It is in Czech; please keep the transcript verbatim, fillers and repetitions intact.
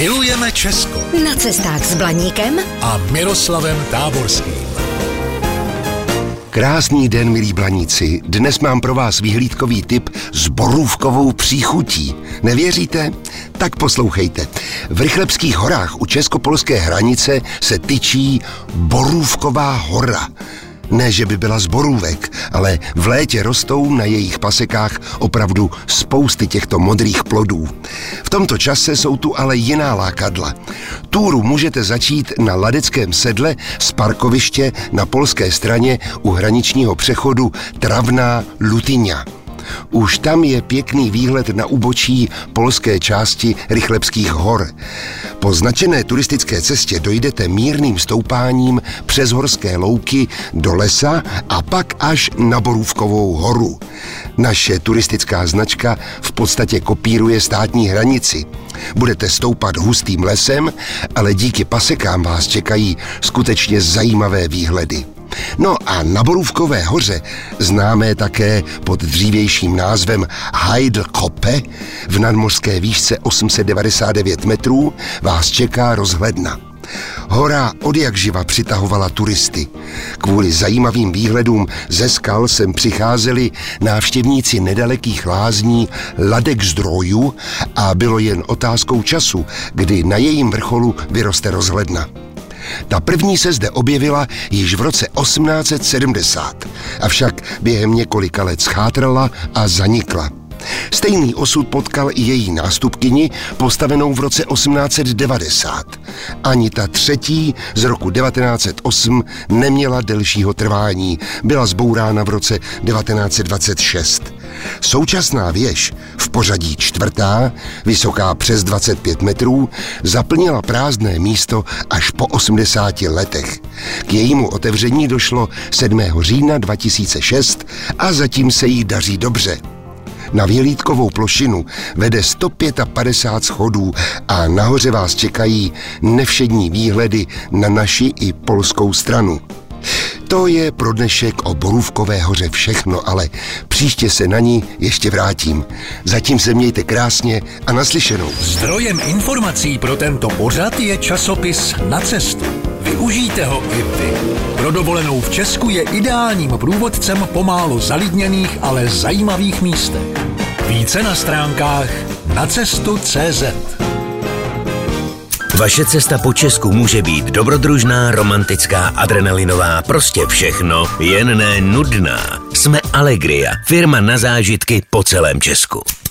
Milujeme Česko. Na cestách s Blaníkem a Miroslavem Táborským. Krásný den, milí Blaníci. Dnes mám pro vás vyhlídkový tip s borůvkovou příchutí. Nevěříte? Tak poslouchejte. V Rychlebských horách u česko-polské hranice se tyčí Borůvková hora. Ne, že by byla z borůvek, ale v létě rostou na jejich pasekách opravdu spousty těchto modrých plodů. V tomto čase jsou tu ale jiná lákadla. Túru můžete začít na Ladeckém sedle z parkoviště na polské straně u hraničního přechodu Travná Lutyňa. Už tam je pěkný výhled na úbočí polské části Rychlebských hor. Po značené turistické cestě dojdete mírným stoupáním přes horské louky do lesa a pak až na Borůvkovou horu. Naše turistická značka v podstatě kopíruje státní hranici. Budete stoupat hustým lesem, ale díky pasekám vás čekají skutečně zajímavé výhledy. No a na Borůvkové hoře, známé také pod dřívějším názvem Heidelkoppe, v nadmořské výšce osm set devadesát devět metrů, vás čeká rozhledna. Hora odjakživa přitahovala turisty. Kvůli zajímavým výhledům ze skal sem přicházeli návštěvníci nedalekých lázní Ladek zdrojů a bylo jen otázkou času, kdy na jejím vrcholu vyroste rozhledna. Ta první se zde objevila již v roce osmnáct set sedmdesát, avšak během několika let schátrala a zanikla. Stejný osud potkal i její nástupkyni, postavenou v roce osmnáct set devadesát. Ani ta třetí z roku devatenáct set osm neměla delšího trvání, byla zbourána v roce devatenáct set dvacet šest. Současná věž, v pořadí čtvrtá, vysoká přes dvacet pět metrů, zaplnila prázdné místo až po osmdesáti letech. K jejímu otevření došlo sedmého října dva tisíce šest a zatím se jí daří dobře. Na vyhlídkovou plošinu vede sto padesát pět schodů a nahoře vás čekají nevšední výhledy na naši i polskou stranu. To je pro dnešek o Borůvkové hoře všechno, ale příště se na ní ještě vrátím. Zatím se mějte krásně a naslyšenou. Zdrojem informací pro tento pořad je časopis Na cestu. Využijte ho i vy. Pro dovolenou v Česku je ideálním průvodcem po málo zalidněných, ale zajímavých místech. Více na stránkách na cestu tečka cé zet. Vaše cesta po Česku může být dobrodružná, romantická, adrenalinová, prostě všechno, jen ne nudná. Jsme Allegria, firma na zážitky po celém Česku.